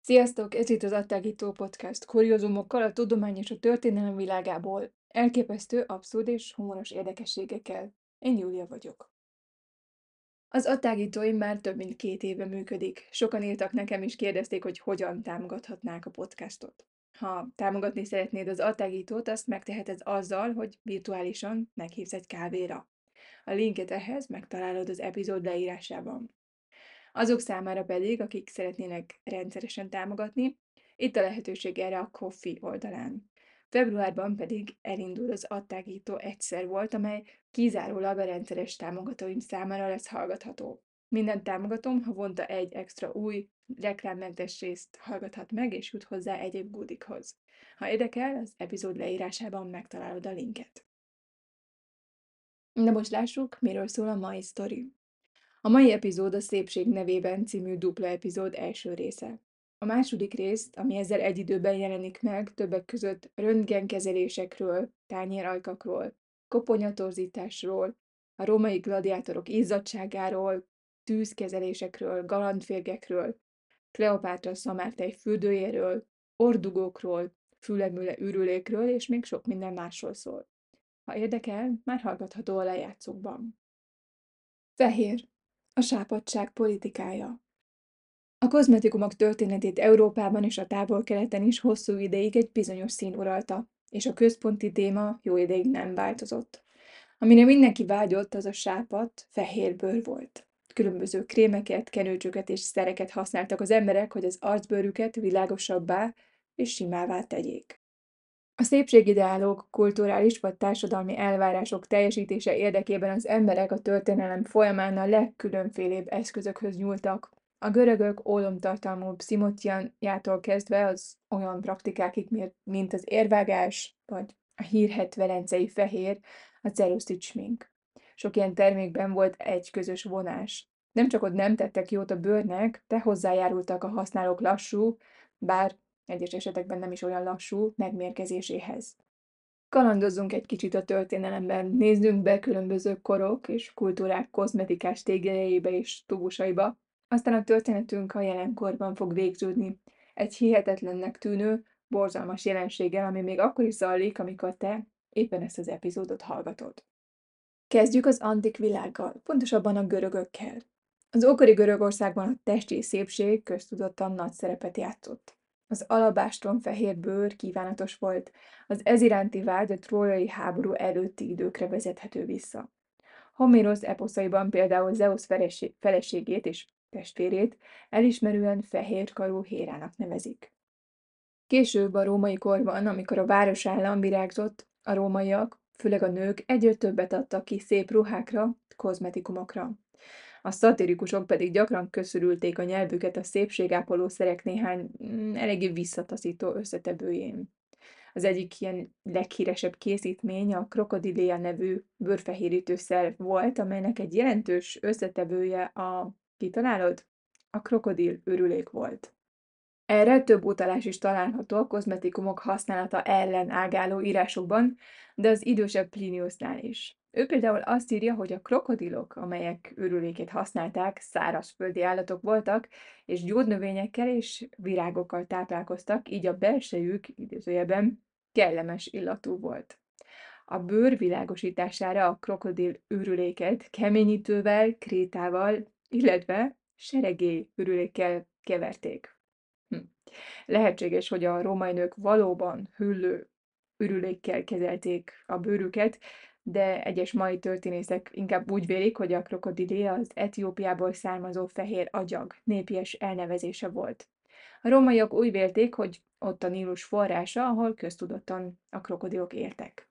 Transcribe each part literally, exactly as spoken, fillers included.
Sziasztok! Ez itt az Attágító Podcast, kuriózumokkal a tudomány és a történelem világából, elképesztő, abszurd és humoros érdekességekkel. Én Júlia vagyok. Az Attágítóim már több mint két éve működik. Sokan írtak nekem és kérdezték, hogy hogyan támogathatnák a podcastot. Ha támogatni szeretnéd az Attágítót, azt megteheted azzal, hogy virtuálisan meghívsz egy kávéra. A linket ehhez megtalálod az epizód leírásában. Azok számára pedig, akik szeretnének rendszeresen támogatni, itt a lehetőség erre a Ko-fi oldalán. Februárban pedig elindul az Attágító egyszer volt, amely kizárólag a rendszeres támogatóim számára lesz hallgatható. Minden támogatóm havonta egy extra új, reklámmentes részt hallgathat meg, és jut hozzá egyéb goodikhoz. Ha érdekel, az epizód leírásában megtalálod a linket. Na most lássuk, miről szól a mai sztori. A mai epizód a Szépség nevében című dupla epizód első része. A második részt, ami ezzel egy időben jelenik meg, többek között röntgenkezelésekről, tányérajkakról, koponyatorzításról, a római gladiátorok izzadságáról, tűzkezelésekről, galantférgekről, Kleopátra szamártej fürdőjéről, ordugókról, fülemüle ürülékről és még sok minden másról szól. Ha érdekel, már hallgatható a lejátszókban. Fehér. A sápadtság politikája. A kozmetikumok történetét Európában és a távol-keleten is hosszú ideig egy bizonyos szín uralta, és a központi téma jó ideig nem változott. Amire mindenki vágyott, az a sápadt, fehér bőr volt. Különböző krémeket, kenőcsöket és szereket használtak az emberek, hogy az arcbőrüket világosabbá és simává tegyék. A szépségideálok, kulturális vagy társadalmi elvárások teljesítése érdekében az emberek a történelem folyamán a legkülönfélébb eszközökhöz nyúltak. A görögök ólomtartalmú pszimotjanjától kezdve az olyan praktikákig, mint az érvágás, vagy a hírhedt velencei fehér, a ceruszit smink. Sok ilyen termékben volt egy közös vonás. Nem csak ott nem tettek jót a bőrnek, de hozzájárultak a használók lassú, bár egyes esetekben nem is olyan lassú megmérgezéséhez. Kalandozzunk egy kicsit a történelemben, nézzünk be különböző korok és kultúrák kozmetikás tégelyeibe és tubusaiba, aztán a történetünk a jelenkorban fog végződni, egy hihetetlennek tűnő, borzalmas jelenséggel, ami még akkor is zajlik, amikor te éppen ezt az epizódot hallgatod. Kezdjük az antik világgal, pontosabban a görögökkel. Az ókori Görögországban a testi szépség köztudottan nagy szerepet játszott. Az alabástron fehér bőr kívánatos volt, az ez iránti vágy a trójai háború előtti időkre vezethető vissza. Homérosz eposzaiban például Zeusz feleségét és testvérét elismerően fehérkarú Hérának nevezik. Később a római korban, amikor a városállam virágzott, a rómaiak, főleg a nők egyre többet adtak ki szép ruhákra, kozmetikumokra. A szatirikusok pedig gyakran köszörülték a nyelvüket a szépségápoló szerek néhány mm, eléggé visszataszító összetevőjén. Az egyik ilyen leghíresebb készítmény a Crocodilia nevű bőrfehérítőszer volt, amelynek egy jelentős összetevője a, kitalálod? A krokodil őrülék volt. Erre több utalás is található a kozmetikumok használata ellen ágáló írásokban, de az idősebb Pliniusnál is. Ő például azt írja, hogy a krokodilok, amelyek őrülékét használták, szárazföldi állatok voltak, és gyógynövényekkel és virágokkal táplálkoztak, így a belsejük, idézőjelben, kellemes illatú volt. A bőr világosítására a krokodil őrüléket keményítővel, krétával, illetve seregély őrülékkel keverték. Hm. Lehetséges, hogy a római nők valóban hüllő ürülékkel kezelték a bőrüket, de egyes mai történészek inkább úgy vélik, hogy a krokodilia az Etiópiából származó fehér agyag népies elnevezése volt. A rómaiak úgy vélték, hogy ott a Nílus forrása, ahol köztudottan a krokodilok éltek.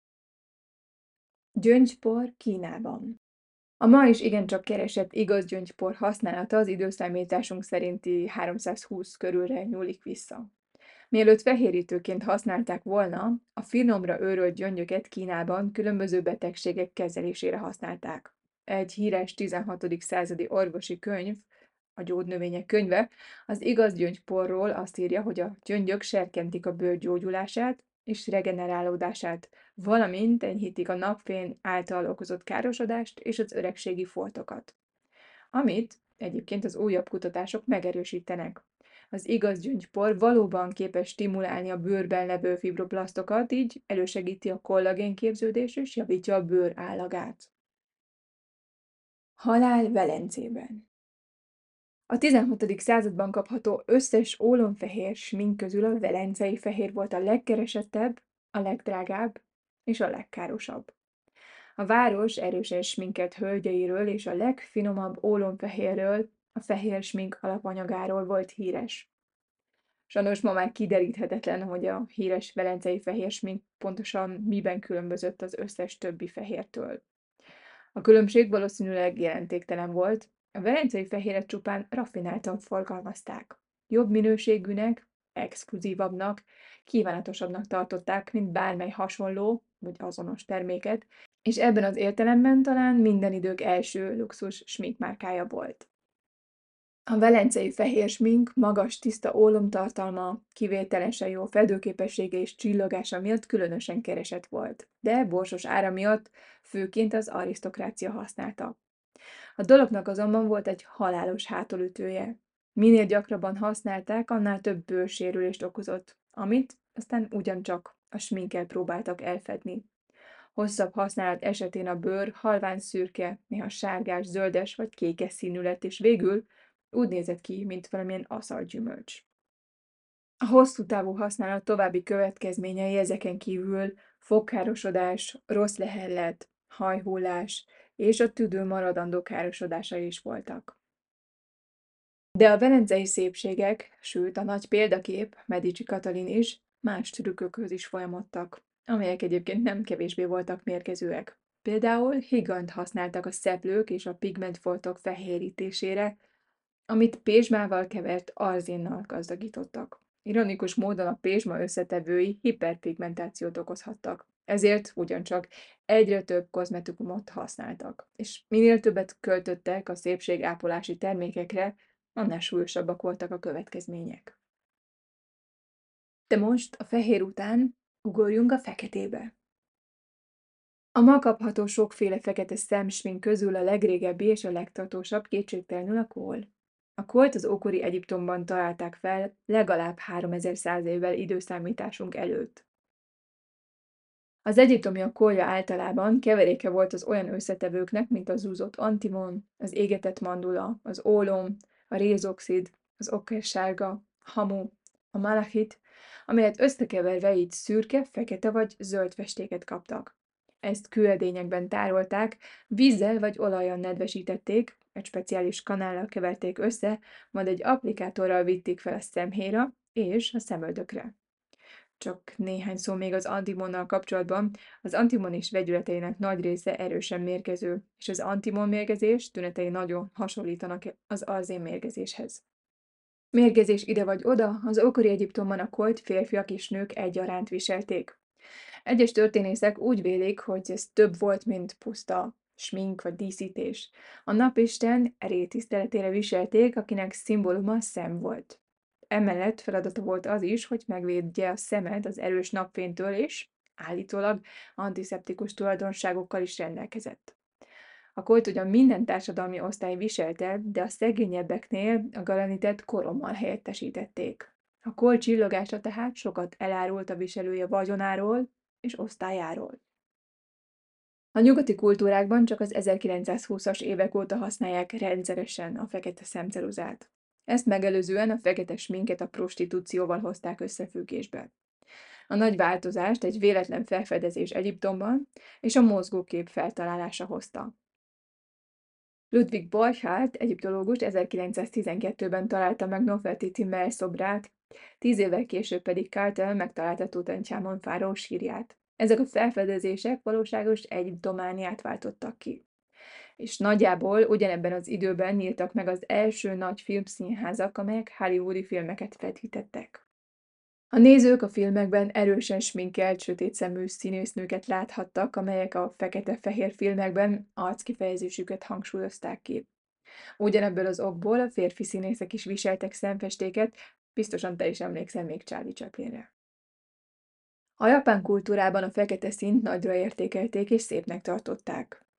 Gyöngypor Kínában. A ma is igencsak keresett igaz gyöngypor használata az időszámításunk szerinti háromszázhúsz körülre nyúlik vissza. Mielőtt fehérítőként használták volna, a finomra őrölt gyöngyöket Kínában különböző betegségek kezelésére használták. Egy híres tizenhatodik századi orvosi könyv, a Gyógynövények könyve, az igaz gyöngyporról azt írja, hogy a gyöngyök serkentik a bőr gyógyulását és regenerálódását, valamint enyhítik a napfény által okozott károsodást és az öregségi foltokat. Amit egyébként az újabb kutatások megerősítenek. Az igaz gyöngypor valóban képes stimulálni a bőrben levő fibroblasztokat, így elősegíti a kollagén képződést és javítja a bőr állagát. Halál Velencében. A tizenhatodik században kapható összes ólomfehér smink közül a velencei fehér volt a legkeresettebb, a legdrágább és a legkárosabb. A város erősen sminkelt hölgyeiről és a legfinomabb ólomfehérről, a fehér smink alapanyagáról volt híres. Sajnos ma már kideríthetetlen, hogy a híres velencei fehér smink pontosan miben különbözött az összes többi fehértől. A különbség valószínűleg jelentéktelen volt, a velencei fehéret csupán raffináltan forgalmazták. Jobb minőségűnek, exkluzívabbnak, kívánatosabbnak tartották, mint bármely hasonló vagy azonos terméket, és ebben az értelemben talán minden idők első luxus sminkmárkája volt. A velencei fehér smink magas, tiszta ólomtartalma, kivételesen jó fedőképessége és csillogása miatt különösen keresett volt, de borsos ára miatt főként az arisztokrácia használta. A dolognak azonban volt egy halálos hátulütője. Minél gyakrabban használták, annál több bőrsérülést okozott, amit aztán ugyancsak a sminkkel próbáltak elfedni. Hosszabb használat esetén a bőr halvány szürke, néha sárgás, zöldes vagy kékes színű lett, és végül úgy nézett ki, mint valamilyen aszalgyümölcs. A hosszú távú használat további következményei ezeken kívül fogkárosodás, rossz lehellet, hajhullás és a tüdő maradandó károsodásai is voltak. De a velencei szépségek, sőt a nagy példakép, Medici Katalin is, más trükkökhöz is folyamodtak, amelyek egyébként nem kevésbé voltak mérgezőek. Például higant használtak a szeplők és a pigmentfoltok fehérítésére, amit pézsmával kevert arzénnal gazdagítottak. Ironikus módon a pézsma összetevői hiperpigmentációt okozhattak, ezért ugyancsak egyre több kozmetikumot használtak, és minél többet költöttek a szépségápolási termékekre, annál súlyosabbak voltak a következmények. De most a fehér után ugorjunk a feketébe. A ma kapható sokféle fekete szemsmink közül a legrégebbi és a legtartósabb kétségtelenül a kohl. A kohlt az ókori Egyiptomban találták fel legalább háromezer-száz évvel időszámításunk előtt. Az egyiptomiak kohlja általában keveréke volt az olyan összetevőknek, mint a zúzott antimon, az égetett mandula, az ólom, a rézoxid, az okkersárga, hamu, a malachit, amelyet összekeverve így szürke, fekete vagy zöld festéket kaptak. Ezt kőedényekben tárolták, vízzel vagy olajjal nedvesítették, egy speciális kanállal keverték össze, majd egy applikátorral vitték fel a szemhéjra és a szemöldökre. Csak néhány szó még az antimonnal kapcsolatban. Az antimon és vegyületeinek nagy része erősen mérgező, és az antimon mérgezés tünetei nagyon hasonlítanak az arzén mérgezéshez. Mérgezés ide vagy oda, az ókori Egyiptomban a kolt férfiak és nők egyaránt viselték. Egyes történészek úgy vélik, hogy ez több volt, mint puszta smink vagy díszítés. A napisten Ré tiszteletére viselték, akinek szimbóluma a szem volt. Emellett feladata volt az is, hogy megvédje a szemed az erős napfénytől, és állítólag antiszeptikus tulajdonságokkal is rendelkezett. A kolt ugyan minden társadalmi osztály viselte, de a szegényebbeknél a galanitet korommal helyettesítették. A kolt csillogása tehát sokat elárult a viselője vagyonáról és osztályáról. A nyugati kultúrákban csak az ezerkilencszázhúszas évek óta használják rendszeresen a fekete szemceruzát. Ezt megelőzően a fekete sminket a prostitúcióval hozták összefüggésbe. A nagy változást egy véletlen felfedezés Egyiptomban és a mozgókép feltalálása hozta. Ludwig Borchardt, egyiptológus ezerkilencszáztizenkettőben találta meg Nofertiti mellszobrát, tíz évvel később pedig Cartel megtalálta Tutanchamun fáraó sírját. Ezek a felfedezések valóságos egyiptomániát váltottak ki. És nagyjából ugyanebben az időben nyíltak meg az első nagy filmszínházak, amelyek hollywoodi filmeket vetítettek. A nézők a filmekben erősen sminkelt, sötétszemű színésznőket láthattak, amelyek a fekete-fehér filmekben arckifejezésüket hangsúlyozták ki. Ugyanebből az okból a férfi színészek is viseltek szemfestéket, biztosan te is emlékszel még Charlie Chaplinre. A japán kultúrában a fekete színt nagyra értékelték és szépnek tartották.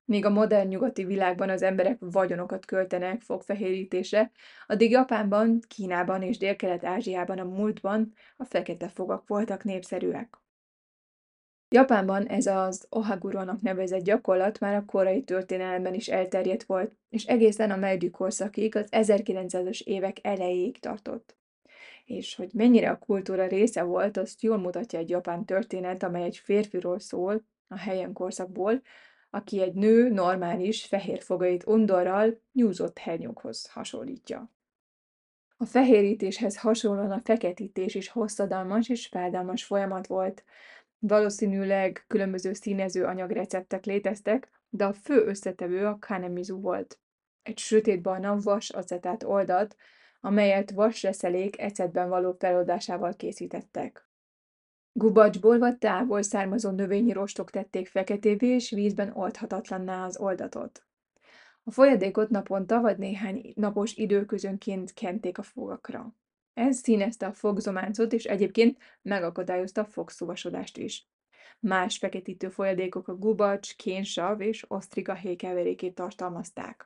Míg a modern nyugati világban az emberek vagyonokat költenek fogfehérítésre, addig Japánban, Kínában és Délkelet-Ázsiában a múltban a fekete fogak voltak népszerűek. Japánban ez az ohaguro-nak nevezett gyakorlat már a korai történelemben is elterjedt volt, és egészen a Meiji korszakig, az ezerkilencszázas évek elejéig tartott. És hogy mennyire a kultúra része volt, azt jól mutatja egy japán történet, amely egy férfiról szól, a Heian korszakból, aki egy nő normális, fehér fogait undorral nyúzott hernyókhoz hasonlítja. A fehérítéshez hasonlóan a feketítés is hosszadalmas és fájdalmas folyamat volt. Valószínűleg különböző színező anyagreceptek léteztek, de a fő összetevő a kanemizu volt. Egy sötétbarna vas-acetát oldat, amelyet vasreszelék ecetben való feloldásával készítettek. Gubacsból vagy teából származó növényi rostok tették feketévé és vízben oldhatatlanná az oldatot. A folyadékot naponta vagy néhány napos időközönként kenték a fogakra. Ez színezte a fogzománcot, és egyébként megakadályozta a fogszúvasodást is. Más feketítő folyadékok a gubacs, kénsav és osztriga héj keverékét tartalmazták.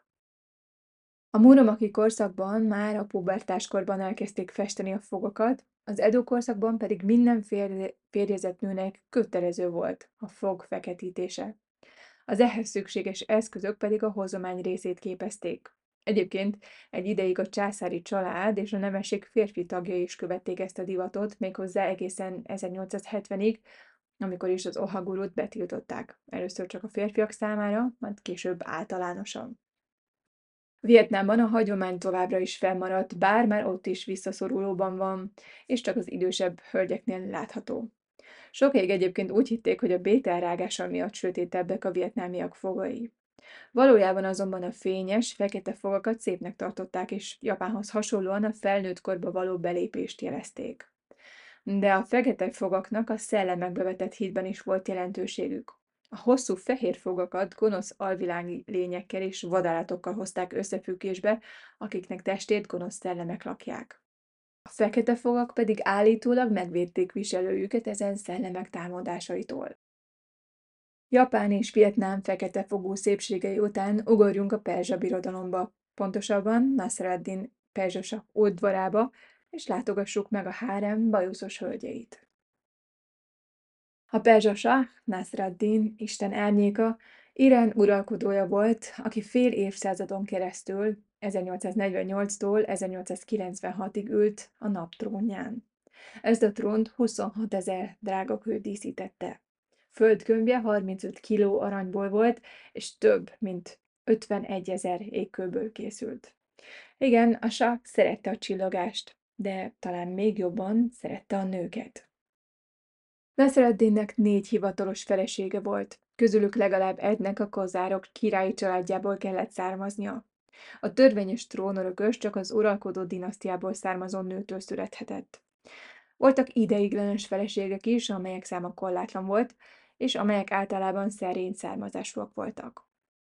A Muromachi korszakban már a pubertáskorban elkezdték festeni a fogakat, az Edo korszakban pedig minden férje- férjezett nőnek kötelező volt a fog feketítése. Az ehhez szükséges eszközök pedig a hozomány részét képezték. Egyébként egy ideig a császári család és a nemesség férfi tagjai is követték ezt a divatot, méghozzá egészen ezernyolcszázhetvenig, amikor is az ohagurut betiltották. Először csak a férfiak számára, majd később általánosan. Vietnámban a hagyomány továbbra is fennmaradt, bár már ott is visszaszorulóban van, és csak az idősebb hölgyeknél látható. Sokáig egyébként úgy hitték, hogy a bételrágása miatt sötétebbek a vietnámiak fogai. Valójában azonban a fényes, fekete fogakat szépnek tartották, és Japánhoz hasonlóan a felnőtt korba való belépést jelezték. De a fekete fogaknak a szellemekbe vetett hitben is volt jelentőségük. A hosszú fehér fogakat gonosz alvilági lényekkel és vadállatokkal hozták összefüggésbe, akiknek testét gonosz szellemek lakják. A fekete fogak pedig állítólag megvédték viselőjüket ezen szellemek támadásaitól. Japán és Vietnám fekete fogú szépségei után ugorjunk a perzsa birodalomba, pontosabban Nasr ad-Din perzsa udvarába, és látogassuk meg a hárem bajuszos hölgyeit. A perzsa sáh, Nasr ad-Din, Isten árnyéka, Irán uralkodója volt, aki fél évszázadon keresztül, ezernyolcszáznegyvennyolctól ezernyolcszázkilencvenhatig ült a nap trónján. Ezt a trónt huszonhat ezer drágakő díszítette. Földgömbje harmincöt kiló aranyból volt, és több, mint ötvenegy ezer égkőből készült. Igen, a sah szerette a csillagást, de talán még jobban szerette a nőket. Nasreddinnek négy hivatalos felesége volt, közülük legalább egynek a kozárok királyi családjából kellett származnia. A törvényes trónörökös csak az uralkodó dinasztiából származó nőtől születhetett. Voltak ideiglenes feleségek is, amelyek száma korlátlan volt, és amelyek általában szerény származásúak voltak.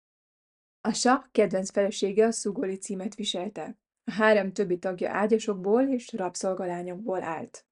A sah kedvenc felesége a szugoli címet viselte. A hárem többi tagja ágyasokból és rabszolgalányokból állt.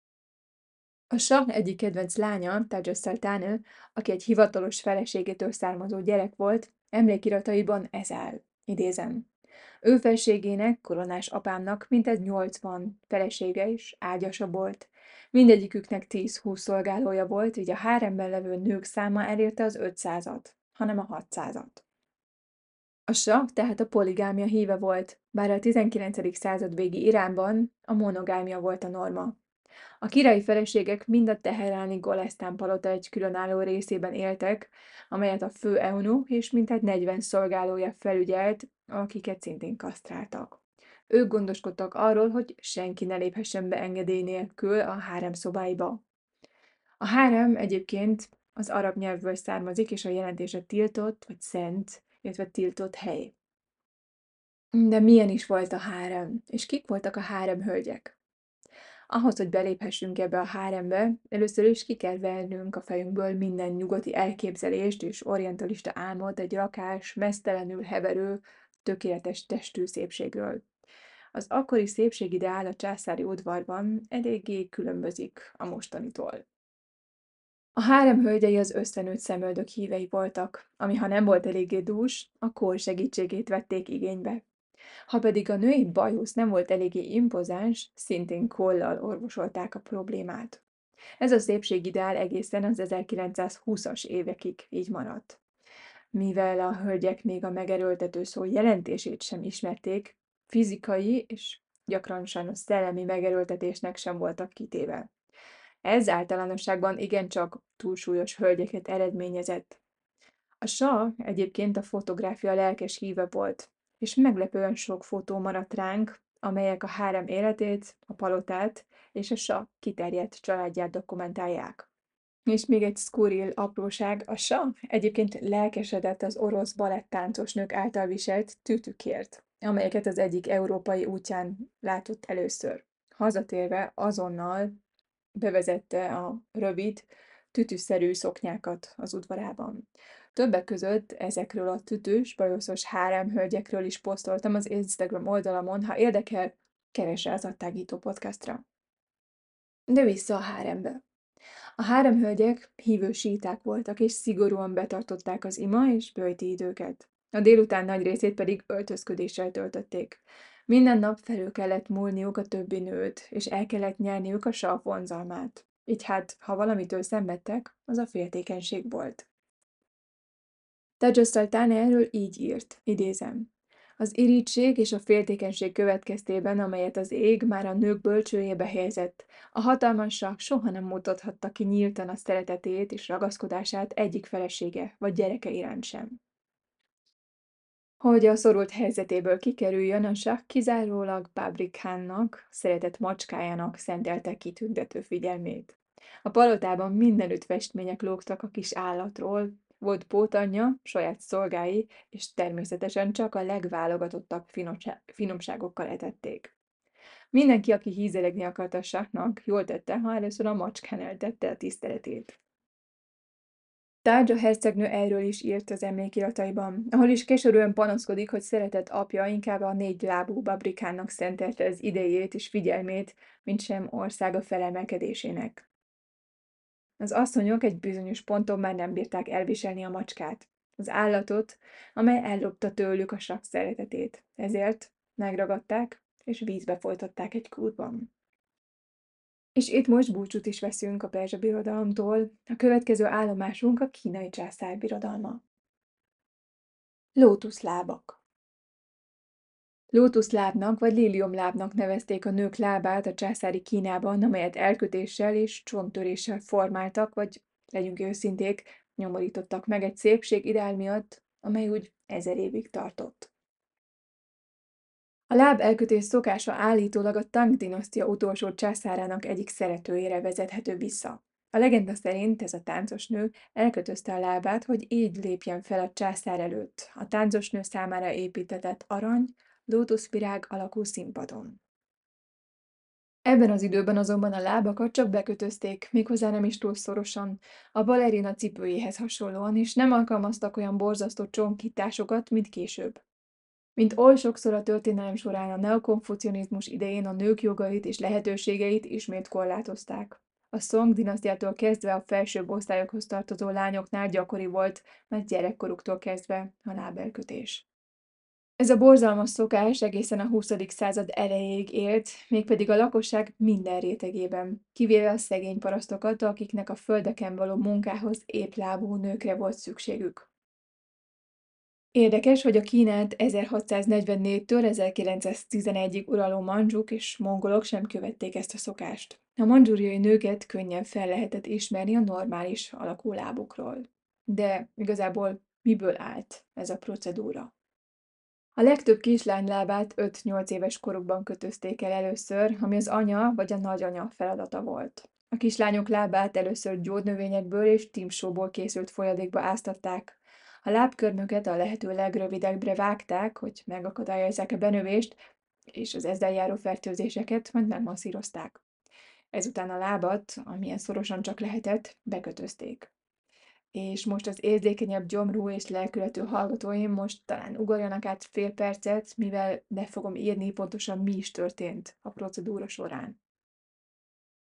A sah egyik kedvenc lánya, Taja Sultana, aki egy hivatalos feleségétől származó gyerek volt, emlékirataiban ez áll. Idézem. Ő felségének, koronás apámnak mintegy nyolcvan felesége is ágyasa volt. Mindegyiküknek tíz-húsz szolgálója volt, így a háremben levő nők száma elérte az ötszázat, hanem a hatszázat. A sah tehát a poligámia híve volt, bár a tizenkilencedik század végi Iránban a monogámia volt a norma. A királyi feleségek mind a teheráni Golesztán palota egy különálló részében éltek, amelyet a fő eunuch és mintegy negyven szolgálója felügyelt, akiket szintén kasztráltak. Ők gondoskodtak arról, hogy senki ne léphessen be engedély nélkül a hárem szobáiba. A hárem egyébként az arab nyelvből származik, és a jelentése tiltott vagy szent, illetve tiltott hely. De milyen is volt a hárem, és kik voltak a hárem hölgyek? Ahhoz, hogy beléphessünk ebbe a hárembe, először is ki kell vernünk a fejünkből minden nyugati elképzelést és orientalista álmot egy rakás, meztelenül heverő, tökéletes testű szépségről. Az akkori szépségideál a császári udvarban eléggé különbözik a mostanitól. A hárem hölgyei az összenőtt szemöldök hívei voltak, ami ha nem volt eléggé dús, a kór segítségét vették igénybe. Ha pedig a női bajusz nem volt eléggé impozáns, szintén kóllal orvosolták a problémát. Ez a szépségideál egészen az ezerkilencszázhúszas évekig így maradt. Mivel a hölgyek még a megerőltető szó jelentését sem ismerték, fizikai és gyakran sajnos szellemi megerőltetésnek sem voltak kitéve. Ez általánosságban igencsak túlsúlyos hölgyeket eredményezett. A sa egyébként a fotográfia lelkes híve volt, és meglepően sok fotó maradt ránk, amelyek a hárem életét, a palotát és a sa kiterjedt családját dokumentálják. És még egy szkurril apróság, a sa egyébként lelkesedett az orosz balettáncos nők által viselt tütükért, amelyeket az egyik európai útján látott először. Hazatérve azonnal bevezette a rövid, tütűszerű szoknyákat az udvarában. Többek között ezekről a tütős, bajuszos háremhölgyekről is posztoltam az Instagram oldalamon, ha érdekel, keresse az Attágító podcastra. De vissza a hárembe. A háremhölgyek hívő síták voltak, és szigorúan betartották az ima és böjti időket. A délután nagy részét pedig öltözködéssel töltötték. Minden nap felül kellett múlniuk a többi nőt, és el kellett nyerniük a sav vonzalmát. Így hát, ha valamitől szenvedtek, az a féltékenység volt. Tajo Sultán erről így írt, idézem. Az irigység és a féltékenység következtében, amelyet az ég már a nők bölcsőjébe helyezett, a hatalmasak soha nem mutathatta ki nyíltan a szeretetét és ragaszkodását egyik felesége vagy gyereke iránt sem. Hogy a szorult helyzetéből kikerüljön, a sah kizárólag Babri Khannak, szeretett macskájának szentelte kitüntető figyelmét. A palotában mindenütt festmények lógtak a kis állatról, volt pótanyja, saját szolgái, és természetesen csak a legválogatottabb finomsá- finomságokkal etették. Mindenki, aki hízelegni akart a sahnak, jól tette, ha először a macskán eltette a tiszteletét. Tárgya hercegnő erről is írt az emlékirataiban, ahol is keserűen panaszkodik, hogy szeretett apja inkább a négy lábú Babrikának szentelte az idejét és figyelmét, mint sem országa felemelkedésének. Az asszonyok egy bizonyos ponton már nem bírták elviselni a macskát, az állatot, amely ellopta tőlük a sak szeretetét. Ezért megragadták és vízbe folytották egy kútban. És itt most búcsút is veszünk a perzsa birodalomtól, a következő állomásunk a kínai császár birodalma. Lótuszlábak. Lótuszlábnak vagy líliumlábnak nevezték a nők lábát a császári Kínában, amelyet elkötéssel és csonttöréssel formáltak, vagy legyünk őszinték, nyomorítottak meg egy szépség ideál miatt, amely úgy ezer évig tartott. A láb elkötés szokása állítólag a Tang dinasztia utolsó császárának egyik szeretőjére vezethető vissza. A legenda szerint ez a táncos nő elkötözte a lábát, hogy így lépjen fel a császár előtt, a táncos nő számára építetett arany, lótuszvirág alakú színpadon. Ebben az időben azonban a lábakat csak bekötözték, méghozzá nem is túl szorosan, a balerina cipőjéhez hasonlóan, és nem alkalmaztak olyan borzasztó csonkításokat, mint később. Mint oly sokszor a történelem során a neokonfucionizmus idején a nők jogait és lehetőségeit ismét korlátozták. A Song dinasztiától kezdve a felsőbb osztályokhoz tartozó lányoknál gyakori volt, már gyerekkoruktól kezdve a lábelkötés. Ez a borzalmas szokás egészen a huszadik század elejéig élt, mégpedig a lakosság minden rétegében, kivéve a szegény parasztokat, akiknek a földeken való munkához éplábú nőkre volt szükségük. Érdekes, hogy a Kínát ezerhatszáznegyvennégytől ezerkilencszáztizenegyig uraló mandzsuk és mongolok sem követték ezt a szokást. A mandzsúriai nőket könnyen fel lehetett ismerni a normális alakú lábukról. De igazából miből állt ez a procedúra? A legtöbb kislány lábát öt-nyolc éves korukban kötözték el először, ami az anya vagy a nagyanya feladata volt. A kislányok lábát először gyógynövényekből és timsóból készült folyadékba áztatták. A lábkörmöket a lehető legrövidebbre vágták, hogy megakadályozzák a benövést, és az ezzel járó fertőzéseket majd megmasszírozták. Ezután a lábat, amilyen szorosan csak lehetett, bekötözték. És most az érzékenyebb gyomrú és lelkületű hallgatóim most talán ugorjanak át fél percet, mivel be fogom írni pontosan mi is történt a procedúra során.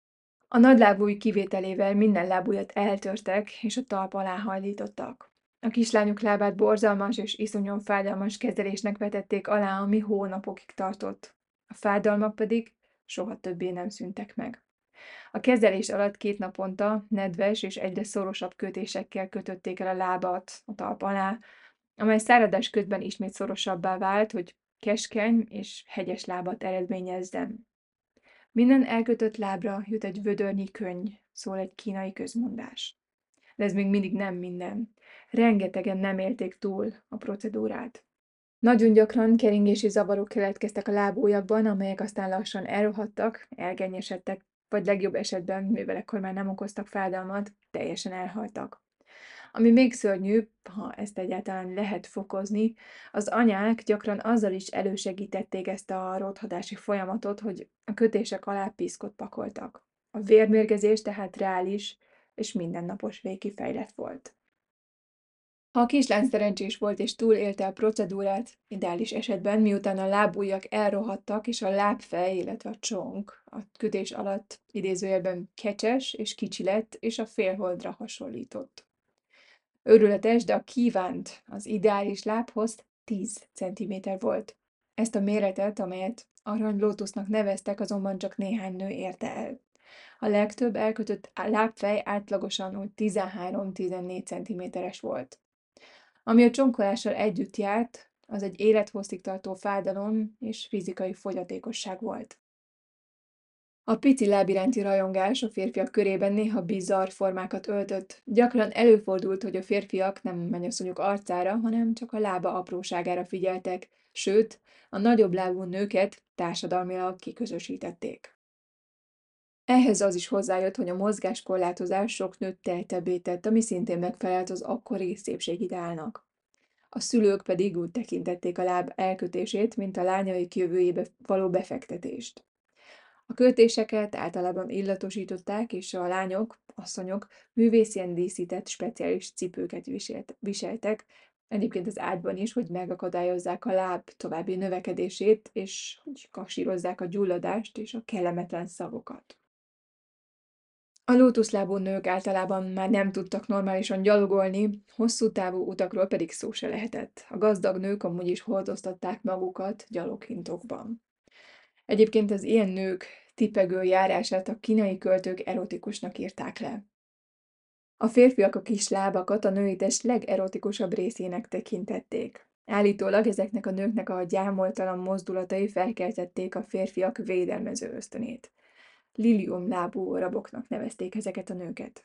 A nagylábúj kivételével minden lábujjat eltörtek és a talp alá hajlítottak. A kislányok lábát borzalmas és iszonyúan fájdalmas kezelésnek vetették alá, ami hónapokig tartott. A fájdalmak pedig soha többé nem szűntek meg. A kezelés alatt két naponta nedves és egyre szorosabb kötésekkel kötötték el a lábat a talp alá, amely száradás közben ismét szorosabbá vált, hogy keskeny és hegyes lábat eredményezzen. Minden elkötött lábra jut egy vödörnyi könny, szól egy kínai közmondás. De ez még mindig nem minden. Rengetegen nem élték túl a procedúrát. Nagyon gyakran keringési zavarok keletkeztek a lábujjakban, amelyek aztán lassan elrohadtak, elgennyesedtek, vagy legjobb esetben, mivel ekkor már nem okoztak fájdalmat, teljesen elhaltak. Ami még szörnyűbb, ha ezt egyáltalán lehet fokozni, az anyák gyakran azzal is elősegítették ezt a rothadási folyamatot, hogy a kötések alá piszkot pakoltak. A vérmérgezés tehát reális és mindennapos végkifejlett volt. Ha a kislány szerencsés volt és túlélte a procedúrát, ideális esetben, miután a lábujjak elrohadtak, és a lábfej, illetve a csonk a kötés alatt idézőjelben kecses és kicsi lett, és a félholdra hasonlított. Őrületes, de a kívánt, az ideális lábhoz tíz centiméter volt. Ezt a méretet, amelyet aranylótusznak neveztek, azonban csak néhány nő érte el. A legtöbb elkötött lábfej átlagosan úgy tizenhárom-tizennégy centiméteres volt. Ami a csonkolással együtt járt, az egy élethosszig tartó fájdalom és fizikai fogyatékosság volt. A pici láb iránti rajongás a férfiak körében néha bizarr formákat öltött. Gyakran előfordult, hogy a férfiak nem mennyasszonyuk arcára, hanem csak a lába apróságára figyeltek, sőt, a nagyobb lábú nőket társadalmilag kiközösítették. Ehhez az is hozzájött, hogy a mozgáskorlátozás sok nőt teltebbé tett, ami szintén megfelelt az akkori szépségideálnak. A szülők pedig úgy tekintették a láb elkötését, mint a lányaik jövőjébe való befektetést. A költéseket általában illatosították, és a lányok, asszonyok művészien díszített speciális cipőket viselt, viseltek, egyébként az ágyban is, hogy megakadályozzák a láb további növekedését, és hogy kassírozzák a gyulladást és a kellemetlen szavokat. A lótuszlábú nők általában már nem tudtak normálisan gyalogolni, hosszú távú utakról pedig szó se lehetett. A gazdag nők amúgy is hordoztatták magukat gyaloghintokban. Egyébként az ilyen nők tipegő járását a kínai költők erotikusnak írták le. A férfiak a kis lábakat a női test legerotikusabb részének tekintették. Állítólag ezeknek a nőknek a gyámoltalan mozdulatai felkeltették a férfiak védelmező ösztönét. Liliomlábú raboknak nevezték ezeket a nőket.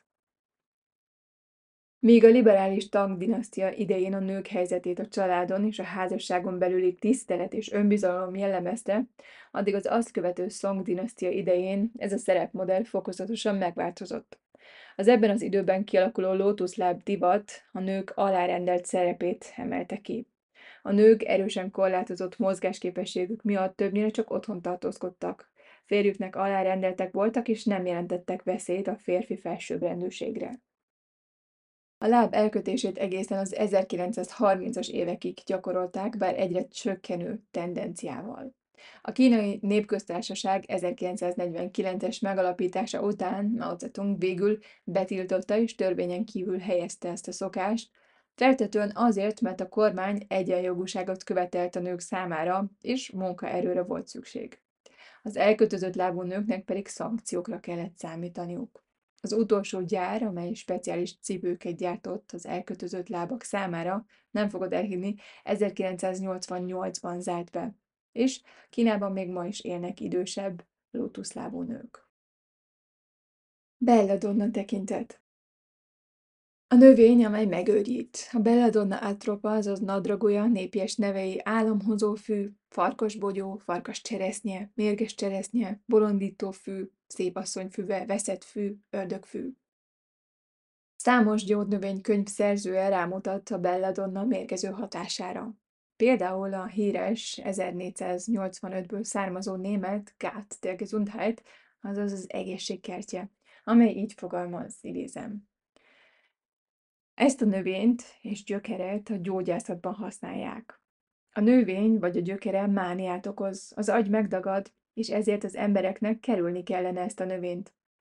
Míg a liberális Tang-dinasztia idején a nők helyzetét a családon és a házasságon belüli tisztelet és önbizalom jellemezte, addig az azt követő Song-dinasztia idején ez a szerepmodell fokozatosan megváltozott. Az ebben az időben kialakuló lótuszláb divat a nők alárendelt szerepét emelte ki. A nők erősen korlátozott mozgásképességük miatt többnyire csak otthon tartózkodtak. Férjüknek alárendeltek voltak, és nem jelentettek veszélyt a férfi felsőbbrendűségre. A láb elkötését egészen az ezerkilencszázharmincas évekig gyakorolták, bár egyre csökkenő tendenciával. A Kínai Népköztársaság ezerkilencszáznegyvenkilences megalapítása után Mao Zedong végül betiltotta és törvényen kívül helyezte ezt a szokást, feltetően azért, mert a kormány egyenjogúságot követelt a nők számára, és munkaerőre volt szükség. Az elkötözött lábú nőknek pedig szankciókra kellett számítaniuk. Az utolsó gyár, amely speciális cipőket gyártott az elkötözött lábak számára, nem fogod elhinni, ezerkilencszáznyolcvannyolcban zárt be. És Kínában még ma is élnek idősebb, lótuszlábú nők. Belladonna tekintet. A növény, amely megőrít. A belladonna atropa, azaz nadragója, népies nevei álomhozófű, farkasbogyó, farkascseresznye, mérges cseresznye, bolondítófű, szépasszonyfüve, veszettfű, ördögfű. Számos gyógynövénykönyv szerzője rámutat a belladonna mérgező hatására. Például a híres ezernégyszáznyolcvanötből származó német Gát der Gesundheit, azaz az egészségkertje, amely így fogalmaz, idézem. Ezt a növényt és gyökeret a gyógyászatban használják. A növény vagy a gyökere mániát okoz, az agy megdagad, és ezért az embereknek kerülni kellene ezt a növényt.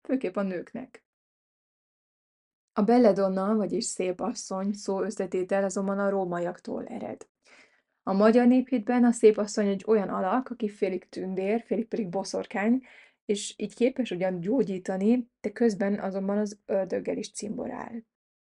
főképp a nőknek. A belladonna, vagyis szép asszony szó összetétel azonban a rómaiaktól ered. A magyar néphitben a szép asszony egy olyan alak, aki félig tündér, félig pedig boszorkány, és így képes ugyan gyógyítani, de közben azonban az ördöggel is cimborál.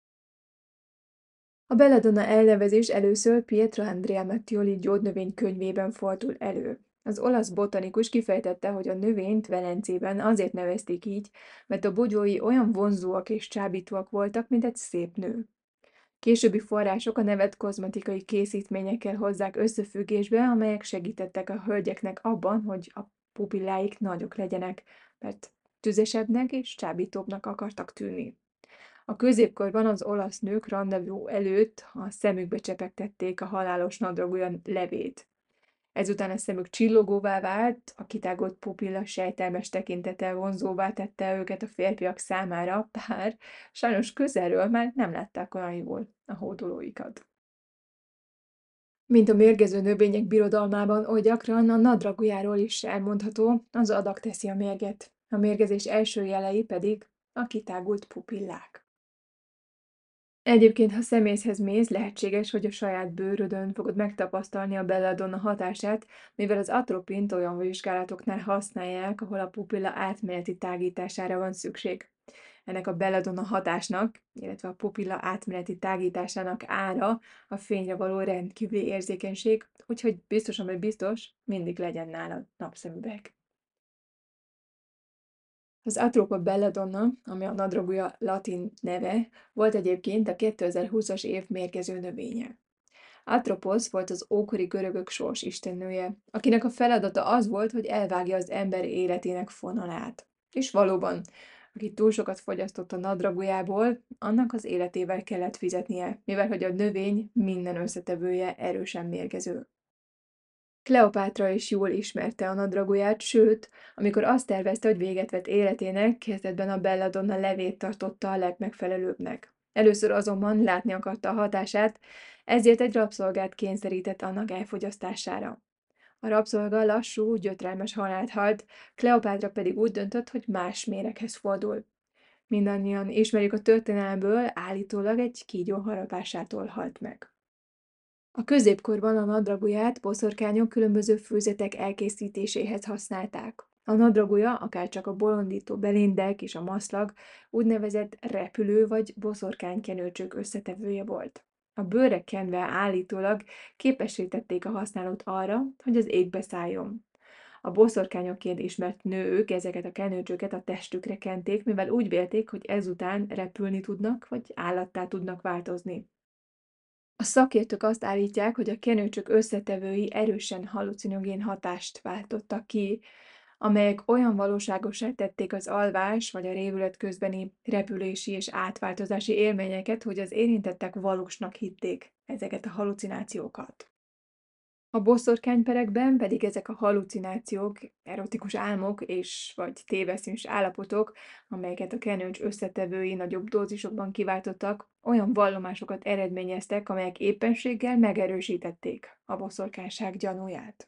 A belladonna elnevezés először Pietro Andrea Mattioli gyógynövény könyvében fordul elő. Az olasz botanikus kifejtette, hogy a növényt Velencében azért nevezték így, mert a bogyói olyan vonzóak és csábítóak voltak, mint egy szép nő. Későbbi források a nevet kozmetikai készítményekkel hozzák összefüggésbe, amelyek segítettek a hölgyeknek abban, hogy a pupilláik nagyok legyenek, mert tüzesebbnek és csábítóbbnak akartak tűnni. A középkorban az olasz nők randevú előtt a szemükbe csepegtették a halálos nadrágúja levét. Ezután a szemük csillogóvá vált, a kitágult pupilla sejtelmes tekintete vonzóvá tette őket a férfiak számára, bár sajnos közelről már nem látták olyan jól a hódolóikat. Mint a mérgező növények birodalmában, oly gyakran a nadrágújáról is elmondható, az adag teszi a mérget. A mérgezés első jelei pedig a kitágult pupillák. Egyébként, ha szemészhez mész, lehetséges, hogy a saját bőrödön fogod megtapasztalni a belladonna hatását, mivel az atropint olyan vizsgálatoknál használják, ahol a pupilla átmeneti tágítására van szükség. Ennek a belladonna hatásnak, illetve a pupilla átmeneti tágításának ára a fényre való rendkívüli érzékenység, úgyhogy biztosan, vagy biztos, mindig legyen nálad napszemüveg. Az Atropa belladonna, ami a nadrágúja latin neve, volt egyébként a kétezer-húszas év mérgező növénye. Atropos volt az ókori görögök sorsistennője, akinek a feladata az volt, hogy elvágja az ember életének fonalát. És valóban, aki túl sokat fogyasztott a nadrágújából, annak az életével kellett fizetnie, mivel hogy a növény minden összetevője erősen mérgező. Kleopátra is jól ismerte a nadráguját, sőt, amikor azt tervezte, hogy véget vet életének, kezdetben a belladonna levét tartotta a legmegfelelőbbnek. Először azonban látni akarta a hatását, ezért egy rabszolgát kényszerített annak elfogyasztására. A rabszolga lassú, gyötrelmes halált halt, Kleopátra pedig úgy döntött, hogy más méreghez fordul. Mindannyian ismerjük a történelmből, állítólag egy kígyó harapásától halt meg. A középkorban a nadráguját boszorkányok különböző főzetek elkészítéséhez használták. A nadrágúja, akárcsak a bolondító belindek és a maszlag, úgynevezett repülő vagy boszorkánykenőcsök összetevője volt. A bőrre kenve állítólag képessé tették a használót arra, hogy az égbe szálljon. A boszorkányokként ismert nők ezeket a kenőcsöket a testükre kenték, mivel úgy vélték, hogy ezután repülni tudnak, vagy állattá tudnak változni. A szakértők azt állítják, hogy a kenőcsök összetevői erősen hallucinogén hatást váltottak ki, amelyek olyan valóságossá tették az alvás vagy a révület közbeni repülési és átváltozási élményeket, hogy az érintettek valósnak hitték ezeket a hallucinációkat. A boszorkányperekben pedig ezek a hallucinációk, erotikus álmok és vagy téveszmés állapotok, amelyeket a kenőcs összetevői nagyobb dózisokban kiváltottak, olyan vallomásokat eredményeztek, amelyek éppenséggel megerősítették a boszorkányság gyanúját.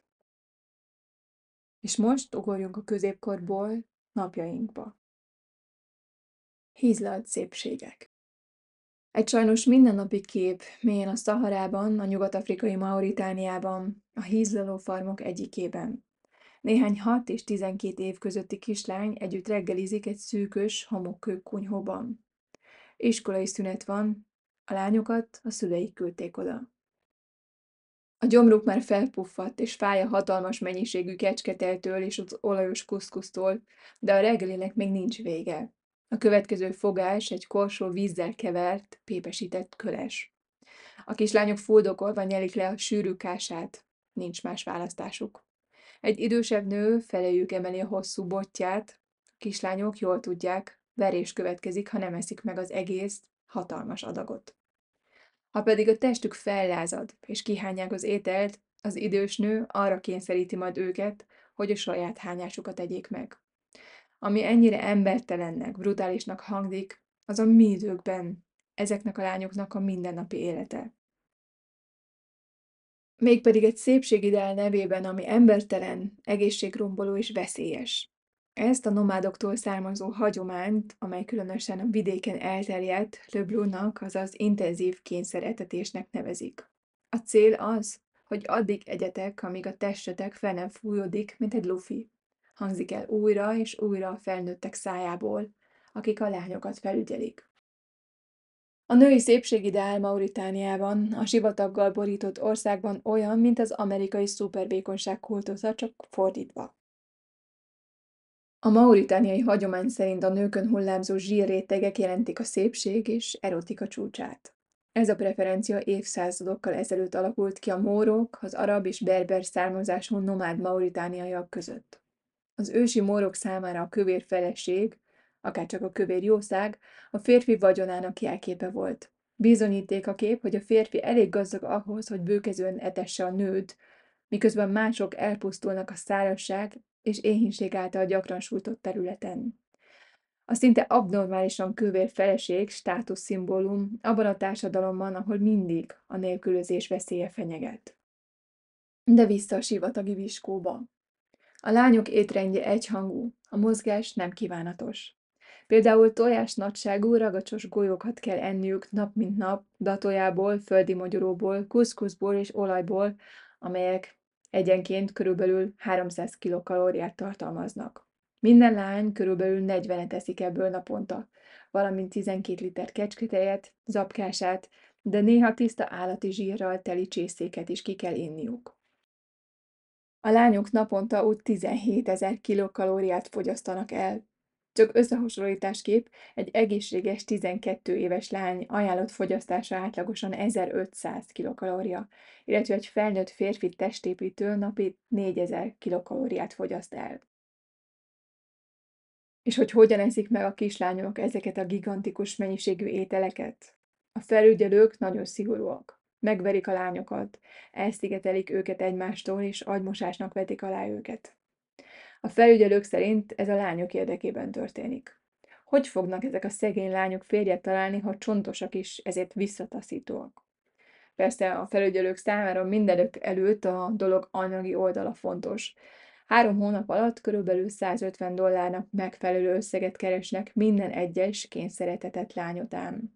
És most ugorjunk a középkorból napjainkba. Hízlalt szépségek. Egy sajnos mindennapi kép, mélyen a Szaharában, a nyugat-afrikai Mauritániában, a hízlaló farmok egyikében. Néhány hat és tizenkét év közötti kislány együtt reggelizik egy szűkös, homokkő kunyhóban. Iskolai szünet van, a lányokat a szüleik küldték oda. A gyomruk már felpuffadt, és fáj a hatalmas mennyiségű kecsketejtől és az olajos kuszkusztól, de a reggelinek még nincs vége. A következő fogás egy korsó vízzel kevert, pépesített köles. A kislányok fuldokolva nyelik le a sűrű kását, nincs más választásuk. Egy idősebb nő feléjük emeli a hosszú botját, a kislányok jól tudják, verés következik, ha nem eszik meg az egész, hatalmas adagot. Ha pedig a testük fellázad, és kihányják az ételt, az idős nő arra kényszeríti majd őket, hogy a saját hányásukat tegyék meg. Ami ennyire embertelennek, brutálisnak hangzik, az a mi időkben ezeknek a lányoknak a mindennapi élete. Mégpedig egy szépségideál nevében, ami embertelen, egészségromboló és veszélyes. Ezt a nomádoktól származó hagyományt, amely különösen a vidéken elterjedt, Leblunnak, azaz intenzív kényszeretetésnek nevezik. A cél az, hogy addig egyetek, amíg a testetek fel nem fújódik, mint egy lufi. Hangzik el újra és újra a felnőttek szájából, akik a lányokat felügyelik. A női szépségideál Mauritániában, a sivataggal borított országban olyan, mint az amerikai szupervékonyság kultusza, csak fordítva. A mauritániai hagyomány szerint a nőkön hullámzó zsírrétegek jelentik a szépség és erotika csúcsát. Ez a preferencia évszázadokkal ezelőtt alakult ki a mórok, az arab és berber származású nomád mauritániaiak között. Az ősi mórok számára a kövér feleség, akárcsak a kövér jószág, a férfi vagyonának jelképe volt. Bizonyíték a kép, hogy a férfi elég gazdag ahhoz, hogy bőkezően etesse a nőt, miközben mások elpusztulnak a szárazság és éhínség által gyakran sújtott területen. A szinte abnormálisan kövér feleség státuszszimbólum abban a társadalomban, ahol mindig a nélkülözés veszélye fenyeget. De vissza a sivatagi viskóba. A lányok étrendje egyhangú, a mozgás nem kívánatos. Például tojás nagyságú, ragacsos golyókat kell enniük nap mint nap, datójából, földi mogyoróból, kuszkuszból és olajból, amelyek egyenként körülbelül háromszáz kilokalóriát tartalmaznak. Minden lány körülbelül negyvenet eszik ebből naponta, valamint tizenkét liter kecsketejet, zapkását, de néha tiszta állati zsírral teli csészéket is ki kell inniuk. A lányok naponta úgy tizenhétezer kilokalóriát fogyasztanak el. Csak összehasonlításképp egy egészséges tizenkét éves lány ajánlott fogyasztása átlagosan ezerötszáz kilokalória, illetve egy felnőtt férfi testépítő napi négyezer kilokalóriát fogyaszt el. És hogy hogyan eszik meg a kislányok ezeket a gigantikus mennyiségű ételeket? A felügyelők nagyon szigorúak. Megverik a lányokat, elszigetelik őket egymástól, és agymosásnak vetik alá őket. A felügyelők szerint ez a lányok érdekében történik. Hogy fognak ezek a szegény lányok férjet találni, ha csontosak is, ezért visszataszítóak? Persze a felügyelők számára mindenek előtt a dolog anyagi oldala fontos. Három hónap alatt körülbelül százötven dollárnak megfelelő összeget keresnek minden egyes kényszeretetett lány után.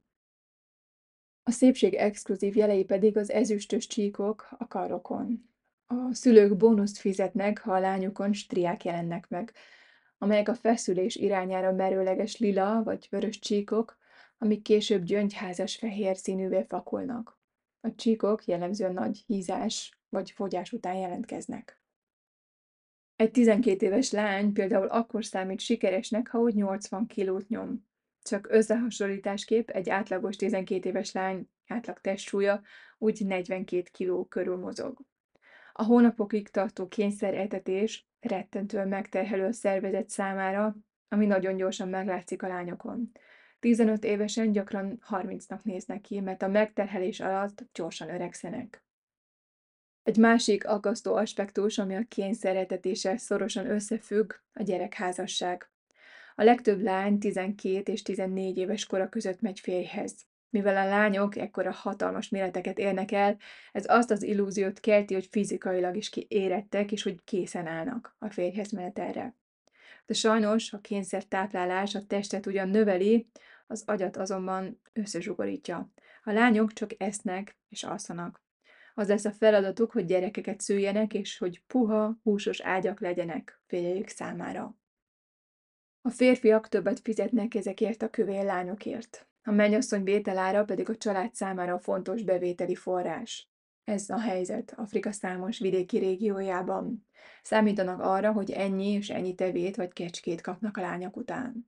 A szépség exkluzív jelei pedig az ezüstös csíkok a karrokon. A szülők bónuszt fizetnek, ha a lányukon striák jelennek meg, amelyek a feszülés irányára merőleges lila vagy vörös csíkok, amik később gyöngyházas fehér színűvé fakulnak. A csíkok jellemzően nagy hízás vagy fogyás után jelentkeznek. Egy tizenkét éves lány például akkor számít sikeresnek, ha úgy nyolcvan kilót nyom. Csak összehasonlításképp egy átlagos tizenkét éves lány átlag testsúlya úgy negyvenkét kiló körül mozog. A hónapokig tartó kényszeretetés rettentően megterhelő a szervezet számára, ami nagyon gyorsan meglátszik a lányokon. tizenöt évesen gyakran harmincnak néznek ki, mert a megterhelés alatt gyorsan öregszenek. Egy másik aggasztó aspektus, ami a kényszeretetéssel szorosan összefügg, a gyerekházasság. A legtöbb lány tizenkét és tizennégy éves kora között megy férjhez. Mivel a lányok ekkora hatalmas méreteket érnek el, ez azt az illúziót kelti, hogy fizikailag is érettek, és hogy készen állnak a férjhez menetelre. De sajnos a kényszertáplálás a testet ugyan növeli, az agyat azonban összezsugorítja. A lányok csak esznek és alszanak. Az lesz a feladatuk, hogy gyerekeket szüljenek, és hogy puha, húsos ágyak legyenek férjeik számára. A férfiak többet fizetnek ezekért a kövér lányokért. A mennyasszony vételára pedig a család számára fontos bevételi forrás. Ez a helyzet Afrika számos vidéki régiójában. Számítanak arra, hogy ennyi és ennyi tevét vagy kecskét kapnak a lányok után.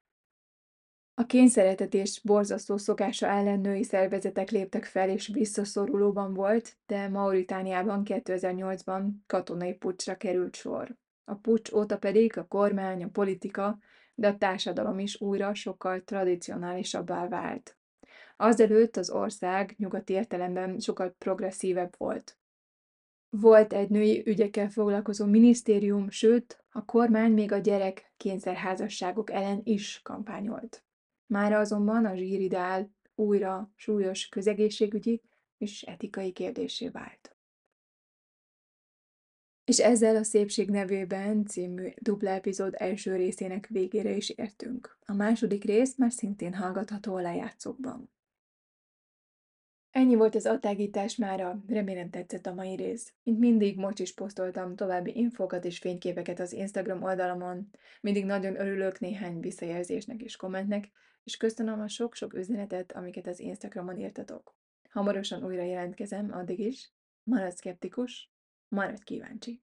A kényszeretetés borzasztó szokása ellen női szervezetek léptek fel, és visszaszorulóban volt, de Mauritániában kétezer-nyolcban katonai puccsra került sor. A puccs óta pedig a kormány, a politika, de a társadalom is újra sokkal tradicionálisabbá vált. Azelőtt az ország nyugati értelemben sokkal progresszívebb volt. Volt egy női ügyekkel foglalkozó minisztérium, sőt, a kormány még a gyerek kényszerházasságok ellen is kampányolt. Mára azonban a zsírideál újra súlyos közegészségügyi és etikai kérdéssé vált. És ezzel a Szépség nevében című dupla epizód első részének végére is értünk. A második rész már szintén hallgatható a lejátszókban. Ennyi volt az attágítás mára, remélem tetszett a mai rész. Mint mindig, most is posztoltam további infókat és fényképeket az Instagram oldalamon. Mindig nagyon örülök néhány visszajelzésnek és kommentnek, és köszönöm a sok-sok üzenetet, amiket az Instagramon írtatok. Hamarosan újra jelentkezem, addig is. Maradj szkeptikus, maradj kíváncsi.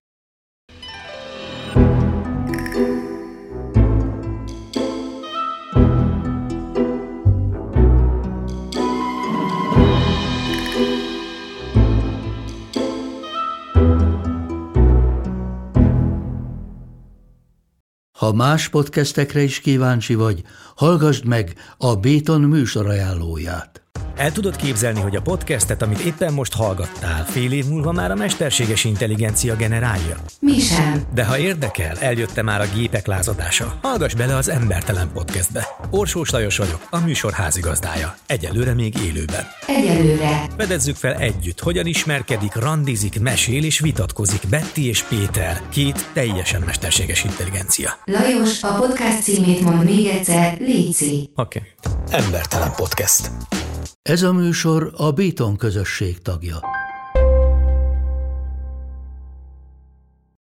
Ha más podcastekre is kíváncsi vagy, hallgassd meg a Béton műsor ajánlóját. El tudod képzelni, hogy a podcastet, amit éppen most hallgattál, fél év múlva már a mesterséges intelligencia generálja? Mi sem. De ha érdekel, eljött már a gépek lázadása. Hallgass bele az Embertelen Podcastbe. Orsós Lajos vagyok, a műsor házigazdája. Egyelőre még élőben. Egyelőre. Fedezzük fel együtt, hogyan ismerkedik, randizik, mesél és vitatkozik Betty és Péter, két teljesen mesterséges intelligencia. Lajos, a podcast címét mond még egyszer, léci. Oké. Okay. Embertelen Podcast. Ez a műsor a Béton közösség tagja.